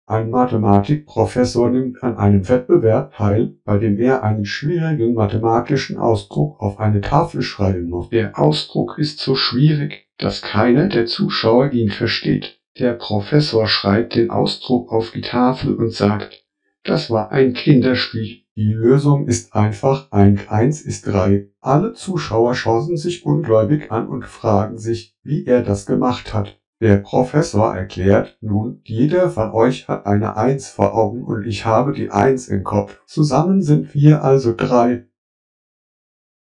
Ein Mathematikprofessor nimmt an einem Wettbewerb teil, bei dem er einen schwierigen mathematischen Ausdruck auf eine Tafel schreiben muss. Der Ausdruck ist so schwierig, dass keiner der Zuschauer ihn versteht. Der Professor schreibt den Ausdruck auf die Tafel und sagt: Das war ein Kinderspiel. Die Lösung ist einfach, 1 ist 3. Alle Zuschauer schauen sich ungläubig an und fragen sich, wie er das gemacht hat. Der Professor erklärt: Nun, jeder von euch hat eine 1 vor Augen und ich habe die 1 im Kopf. Zusammen sind wir also 3.